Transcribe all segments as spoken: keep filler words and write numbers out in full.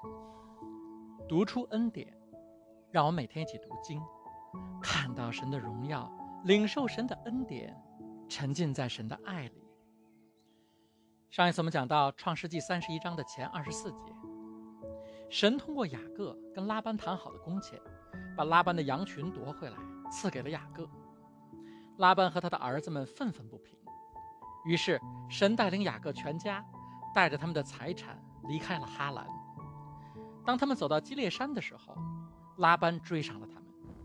读出恩典，让我们每天一起读经，看到神的荣耀，领受神的恩典，沉浸在神的爱里。上一次我们讲到创世纪三十一章的前二十四节，神通过雅各跟拉班谈好的工钱，把拉班的羊群夺回来，赐给了雅各。拉班和他的儿子们愤愤不平，于是神带领雅各全家带着他们的财产离开了哈兰。当他们走到基列山的时候，拉班追上了他们。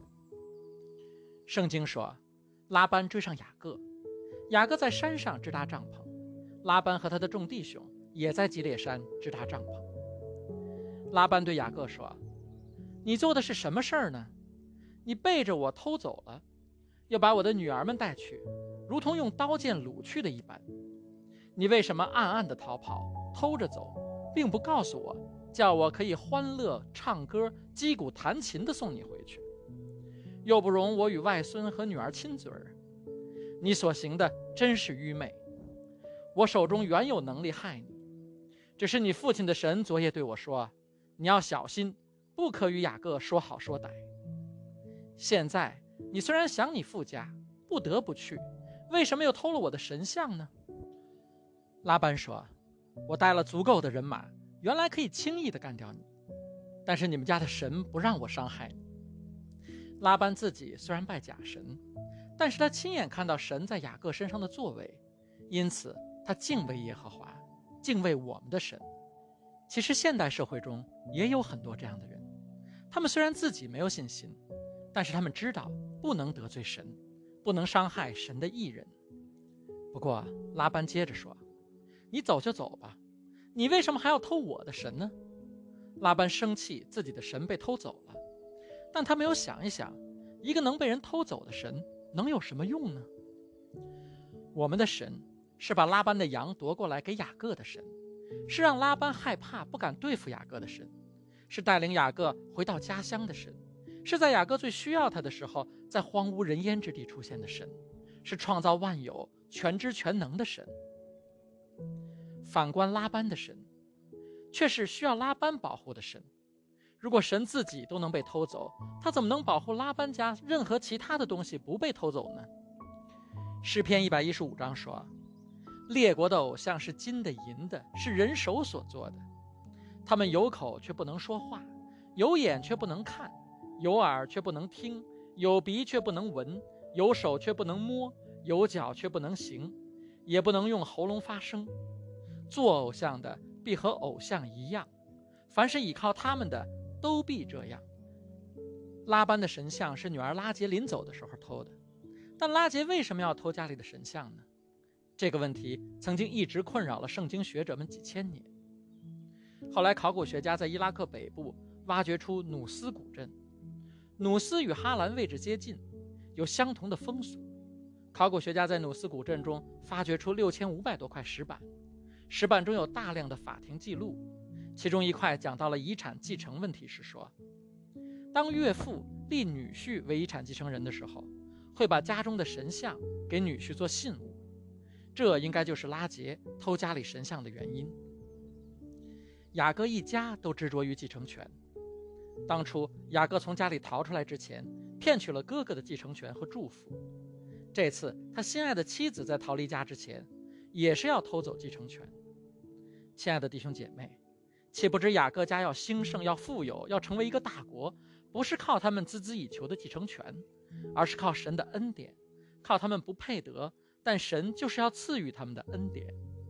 圣经说，拉班追上雅各，雅各在山上支搭帐篷，拉班和他的众弟兄也在基列山支搭帐篷。拉班对雅各说，你做的是什么事儿呢？你背着我偷走了，又把我的女儿们带去，如同用刀剑掳去的一般。你为什么暗暗地逃跑，偷着走，并不告诉我，叫我可以欢乐唱歌击鼓弹琴地送你回去，又不容我与外孙和女儿亲嘴儿？你所行的真是愚昧，我手中原有能力害你，只是你父亲的神昨夜对我说，你要小心，不可与雅各说好说歹。现在你虽然想你父家，不得不去，为什么又偷了我的神像呢？拉班说，我带了足够的人马，原来可以轻易地干掉你，但是你们家的神不让我伤害你。拉班自己虽然拜假神，但是他亲眼看到神在雅各身上的作为，因此他敬畏耶和华，敬畏我们的神。其实现代社会中也有很多这样的人，他们虽然自己没有信心，但是他们知道不能得罪神，不能伤害神的义人。不过拉班接着说，你走就走吧，你为什么还要偷我的神呢？拉班生气自己的神被偷走了，但他没有想一想，一个能被人偷走的神能有什么用呢？我们的神是把拉班的羊夺过来给雅各的神，是让拉班害怕不敢对付雅各的神，是带领雅各回到家乡的神，是在雅各最需要他的时候在荒无人烟之地出现的神，是创造万有全知全能的神。反观拉班的神，却是需要拉班保护的神。如果神自己都能被偷走，他怎么能保护拉班家任何其他的东西不被偷走呢？诗篇一百一十五章说，列国的偶像是金的银的，是人手所做的，他们有口却不能说话，有眼却不能看，有耳却不能听，有鼻却不能闻，有手却不能摸，有脚却不能行，也不能用喉咙发声。做偶像的必和偶像一样，凡是倚靠他们的都必这样。拉班的神像是女儿拉结临走的时候偷的，但拉结为什么要偷家里的神像呢？这个问题曾经一直困扰了圣经学者们几千年。后来考古学家在伊拉克北部挖掘出努斯古镇，努斯与哈兰位置接近，有相同的风俗。考古学家在努斯古镇中发掘出六千五百多块石板，石板中有大量的法庭记录，其中一块讲到了遗产继承问题时说，当岳父立女婿为遗产继承人的时候，会把家中的神像给女婿做信物，这应该就是拉结偷家里神像的原因。雅各一家都执着于继承权，当初雅各从家里逃出来之前，骗取了哥哥的继承权和祝福，这次他心爱的妻子在逃离家之前也是要偷走继承权。亲爱的弟兄姐妹，岂不知雅各家要兴盛，要富有，要成为一个大国，不是靠他们孜孜以求的继承权，而是靠神的恩典，靠他们不配得，但神就是要赐予他们的恩典。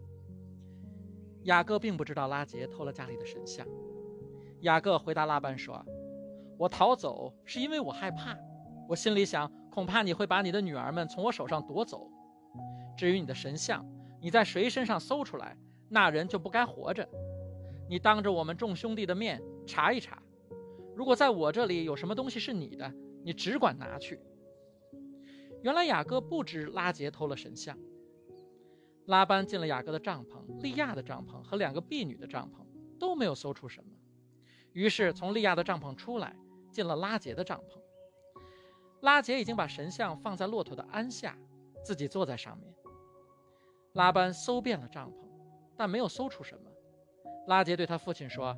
雅各并不知道拉结偷了家里的神像。雅各回答拉班说，我逃走是因为我害怕，我心里想，恐怕你会把你的女儿们从我手上夺走。至于你的神像，你在谁身上搜出来，那人就不该活着。你当着我们众兄弟的面查一查，如果在我这里有什么东西是你的，你只管拿去。原来雅各不知拉结偷了神像。拉班进了雅各的帐篷、利亚的帐篷和两个婢女的帐篷，都没有搜出什么，于是从利亚的帐篷出来，进了拉结的帐篷。拉结已经把神像放在骆驼的鞍下，自己坐在上面。拉班搜遍了帐篷，但没有搜出什么。拉结对他父亲说，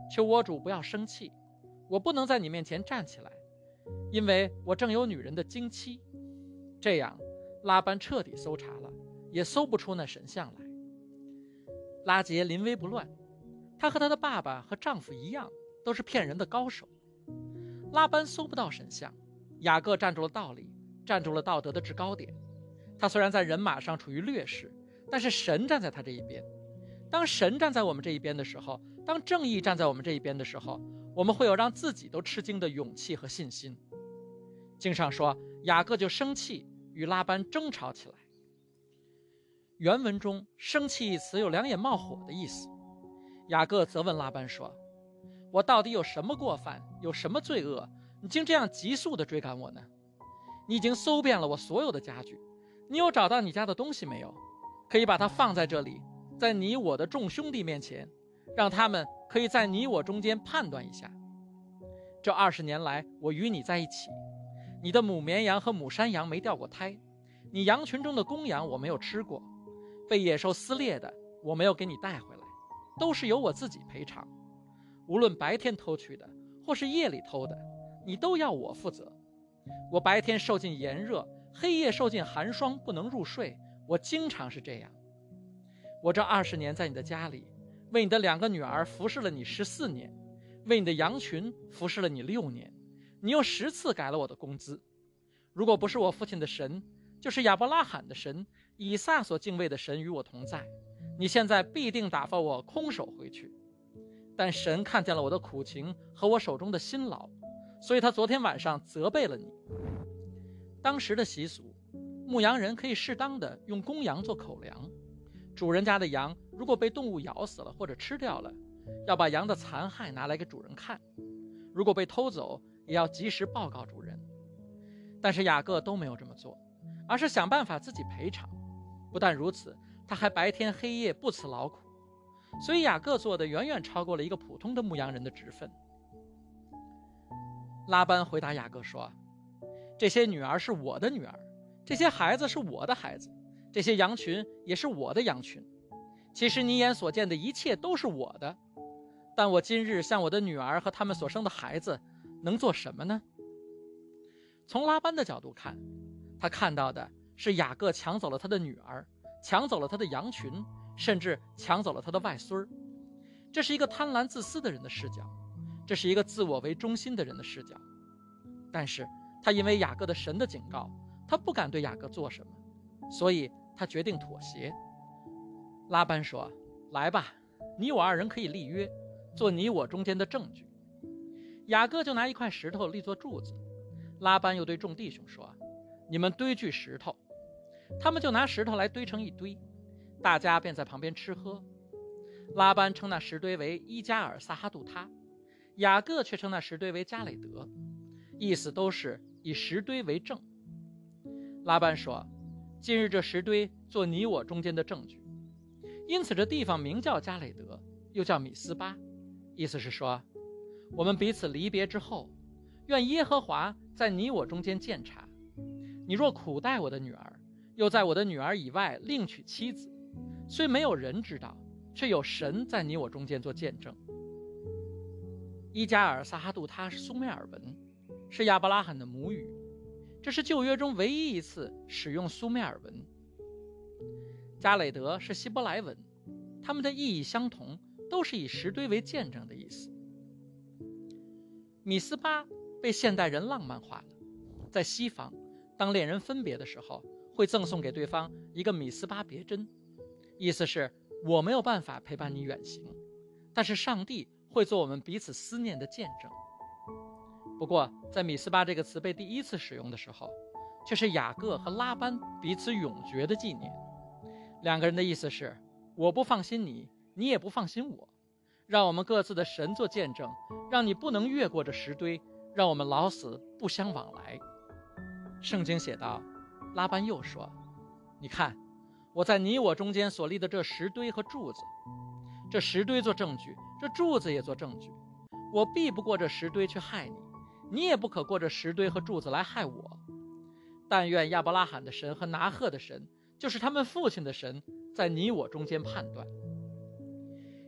求我主不要生气，我不能在你面前站起来，因为我正有女人的经期。”这样拉班彻底搜查了，也搜不出那神像来。拉结临危不乱，她和她的爸爸和丈夫一样，都是骗人的高手。拉班搜不到神像，雅各站住了道理，站住了道德的制高点。他虽然在人马上处于劣势，但是神站在他这一边。当神站在我们这一边的时候，当正义站在我们这一边的时候，我们会有让自己都吃惊的勇气和信心。经上说，雅各就生气，与拉班争吵起来。原文中生气一词有两眼冒火的意思。雅各责问拉班说，我到底有什么过犯，有什么罪恶，你竟这样急速地追赶我呢？你已经搜遍了我所有的家具，你有找到你家的东西没有？可以把它放在这里，在你我的众兄弟面前，让他们可以在你我中间判断一下。这二十年来，我与你在一起，你的母绵羊和母山羊没掉过胎，你羊群中的公羊我没有吃过，被野兽撕裂的我没有给你带回来，都是由我自己赔偿。无论白天偷去的，或是夜里偷的，你都要我负责。我白天受尽炎热，黑夜受尽寒霜，不能入睡，我经常是这样。我这二十年在你的家里，为你的两个女儿服侍了你十四年，为你的羊群服侍了你六年，你又十次改了我的工资。如果不是我父亲的神，就是亚伯拉罕的神，以撒所敬畏的神与我同在，你现在必定打发我空手回去。但神看见了我的苦情和我手中的辛劳，所以他昨天晚上责备了你。当时的习俗，牧羊人可以适当的用公羊做口粮，主人家的羊如果被动物咬死了或者吃掉了，要把羊的残骸拿来给主人看，如果被偷走，也要及时报告主人。但是雅各都没有这么做，而是想办法自己赔偿。不但如此，他还白天黑夜不辞劳苦，所以雅各做的远远超过了一个普通的牧羊人的职分。拉班回答雅各说，这些女儿是我的女儿，这些孩子是我的孩子，这些羊群也是我的羊群。其实你眼所见的一切都是我的，但我今日向我的女儿和他们所生的孩子能做什么呢？从拉班的角度看，他看到的是雅各抢走了他的女儿，抢走了他的羊群，甚至抢走了他的外孙。这是一个贪婪自私的人的视角，这是一个自我为中心的人的视角。但是他因为雅各的神的警告，他不敢对雅各做什么，所以他决定妥协。拉班说，来吧，你我二人可以立约，做你我中间的证据。雅各就拿一块石头立作柱子，拉班又对众弟兄说，你们堆聚石头。他们就拿石头来堆成一堆，大家便在旁边吃喝。拉班称那石堆为伊加尔撒哈杜他，雅各却称那石堆为加累德，意思都是以石堆为证。拉班说，今日这石堆做你我中间的证据。因此这地方名叫加累德，又叫米斯巴，意思是说，我们彼此离别之后，愿耶和华在你我中间鉴察。你若苦待我的女儿，又在我的女儿以外另娶妻子，虽没有人知道，却有神在你我中间做见证。伊加尔撒哈杜他是苏美尔文，是亚伯拉罕的母语，这是旧约中唯一一次使用苏美尔文。加累德是希伯来文，它们的意义相同，都是以石堆为见证的意思。米斯巴被现代人浪漫化了，在西方，当恋人分别的时候，会赠送给对方一个米斯巴别针，意思是我没有办法陪伴你远行，但是上帝会做我们彼此思念的见证。不过在米斯巴这个词被第一次使用的时候，却是雅各和拉班彼此永绝的纪念。两个人的意思是，我不放心你，你也不放心我，让我们各自的神做见证，让你不能越过这石堆，让我们老死不相往来。圣经写道，拉班又说，你看，我在你我中间所立的这石堆和柱子，这石堆做证据，这柱子也做证据。我必不过这石堆去害你，你也不可过这石堆和柱子来害我。但愿亚伯拉罕的神和拿鹤的神，就是他们父亲的神，在你我中间判断。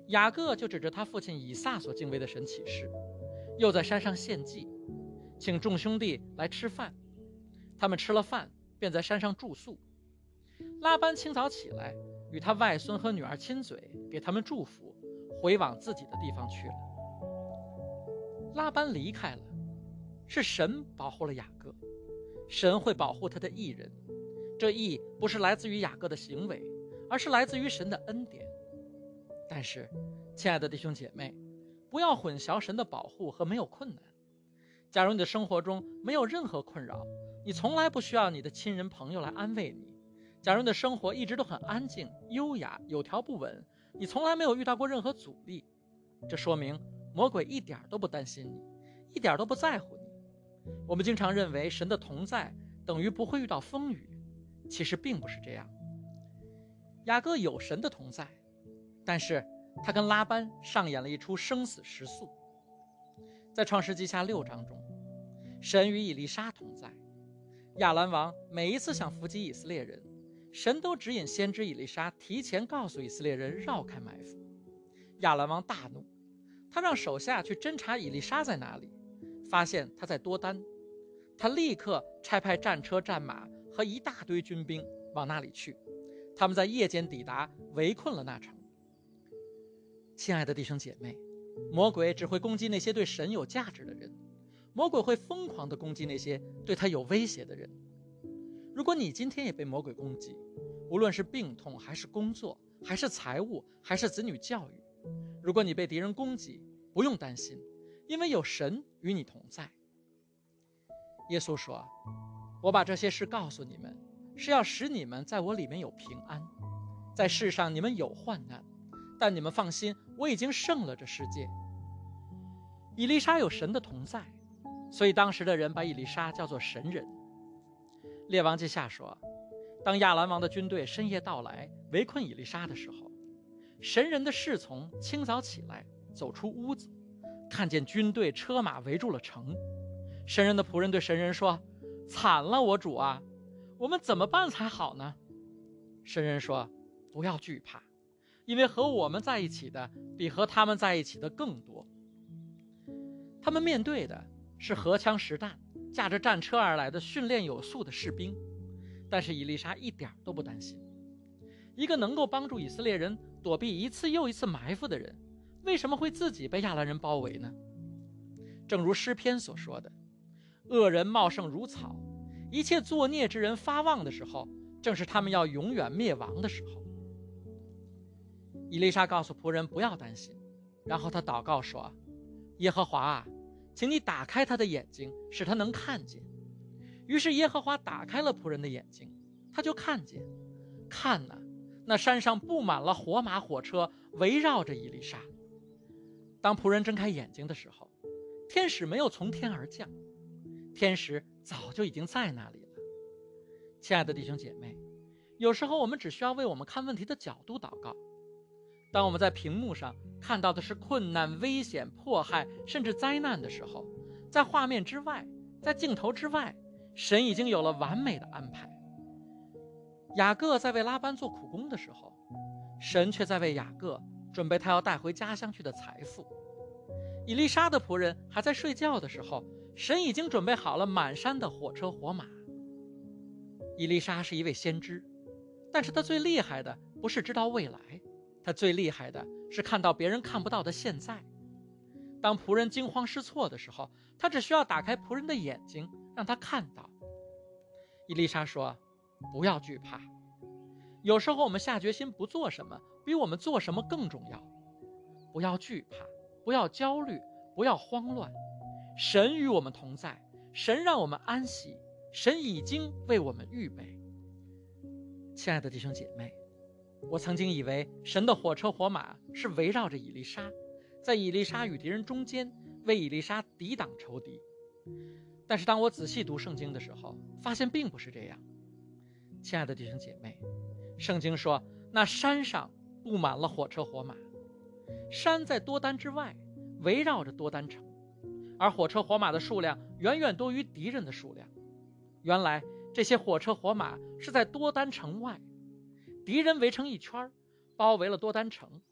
雅各就指着他父亲以撒所敬畏的神起誓，又在山上献祭，请众兄弟来吃饭。他们吃了饭，便在山上住宿。拉班清早起来，与他外孙和女儿亲嘴，给他们祝福，回往自己的地方去了。拉班离开了，是神保护了雅各，神会保护他的义人。这义不是来自于雅各的行为，而是来自于神的恩典。但是，亲爱的弟兄姐妹，不要混淆神的保护和没有困难。假如你的生活中没有任何困扰，你从来不需要你的亲人朋友来安慰你。假如你的生活一直都很安静、优雅、有条不紊，你从来没有遇到过任何阻力，这说明魔鬼一点都不担心你，一点都不在乎你。我们经常认为神的同在等于不会遇到风雨，其实并不是这样。雅各有神的同在，但是他跟拉班上演了一出生死时速。在创世纪下六章中，神与以利沙同在。亚兰王每一次想伏击以色列人，神都指引先知以利沙提前告诉以色列人绕开埋伏。亚兰王大怒，他让手下去侦查以利沙在哪里，发现他在多丹。他立刻差派战车战马和一大堆军兵往那里去，他们在夜间抵达，围困了那城。亲爱的弟兄姐妹，魔鬼只会攻击那些对神有价值的人，魔鬼会疯狂地攻击那些对他有威胁的人。如果你今天也被魔鬼攻击，无论是病痛还是工作还是财务还是子女教育，如果你被敌人攻击，不用担心，因为有神与你同在。耶稣说，我把这些事告诉你们，是要使你们在我里面有平安。在世上你们有患难，但你们放心，我已经胜了这世界。以利沙有神的同在，所以当时的人把以利沙叫做神人。列王记下说，当亚兰王的军队深夜到来围困以利沙的时候，神人的侍从清早起来走出屋子，看见军队车马围住了城。神人的仆人对神人说，惨了我主啊，我们怎么办才好呢？神人说，不要惧怕，因为和我们在一起的比和他们在一起的更多。他们面对的是荷枪实弹驾着战车而来的训练有素的士兵，但是以利沙一点都不担心。一个能够帮助以色列人躲避一次又一次埋伏的人，为什么会自己被亚兰人包围呢？正如诗篇所说的，恶人茂盛如草，一切作孽之人发旺的时候，正是他们要永远灭亡的时候。以利沙告诉仆人不要担心，然后他祷告说，耶和华啊，请你打开他的眼睛，使他能看见。于是耶和华打开了仆人的眼睛，他就看见，看哪，那山上布满了火马火车，围绕着以利沙。当仆人睁开眼睛的时候，天使没有从天而降，天使早就已经在那里了。亲爱的弟兄姐妹，有时候我们只需要为我们看问题的角度祷告。当我们在屏幕上看到的是困难、危险、迫害，甚至灾难的时候，在画面之外，在镜头之外，神已经有了完美的安排。雅各在为拉班做苦工的时候，神却在为雅各准备他要带回家乡去的财富。以利沙的仆人还在睡觉的时候，神已经准备好了满山的火车火马。以利沙是一位先知，但是他最厉害的不是知道未来，他最厉害的是看到别人看不到的现在。当仆人惊慌失措的时候，他只需要打开仆人的眼睛，让他看到。以利沙说，不要惧怕。有时候我们下决心不做什么，比我们做什么更重要。不要惧怕，不要焦虑，不要慌乱。神与我们同在，神让我们安息，神已经为我们预备。亲爱的弟兄姐妹，我曾经以为神的火车火马是围绕着以利沙，在以利沙与敌人中间为以利沙抵挡仇敌。但是当我仔细读圣经的时候，发现并不是这样。亲爱的弟兄姐妹，圣经说那山上布满了火车火马，山在多丹之外，围绕着多丹城，而火车火马的数量远远多于敌人的数量。原来这些火车火马是在多丹城外，敌人围成一圈，包围了多丹城，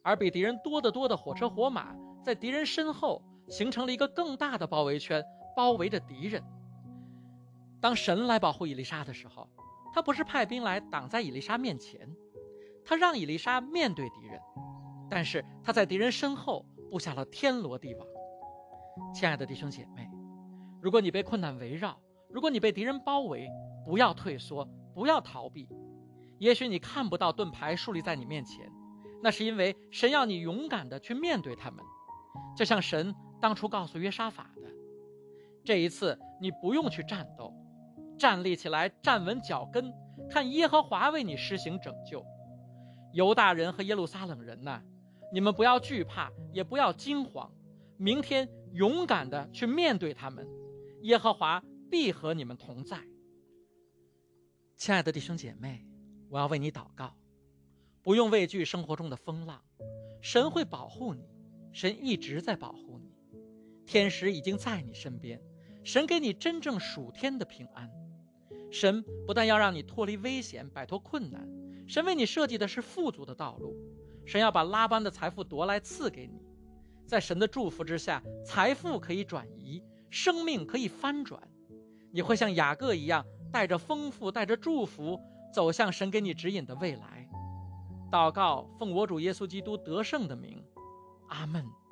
而比敌人多得多的火车火马在敌人身后形成了一个更大的包围圈，包围着敌人。当神来保护以利沙的时候，他不是派兵来挡在以利沙面前，他让以利沙面对敌人，但是他在敌人身后布下了天罗地网。亲爱的弟兄姐妹，如果你被困难围绕，如果你被敌人包围，不要退缩，不要逃避。也许你看不到盾牌竖立在你面前，那是因为神要你勇敢地去面对他们，就像神当初告诉约沙法的。这一次你不用去战斗，站立起来，站稳脚跟，看耶和华为你施行拯救。犹大人和耶路撒冷人呐，你们不要惧怕，也不要惊慌，明天勇敢地去面对他们，耶和华必和你们同在。亲爱的弟兄姐妹，我要为你祷告，不用畏惧生活中的风浪，神会保护你，神一直在保护你，天使已经在你身边，神给你真正属天的平安。神不但要让你脱离危险，摆脱困难，神为你设计的是富足的道路，神要把拉班的财富夺来赐给你。在神的祝福之下，财富可以转移，生命可以翻转，你会像雅各一样，带着丰富，带着祝福，走向神给你指引的未来。祷告，奉我主耶稣基督得胜的名，阿们。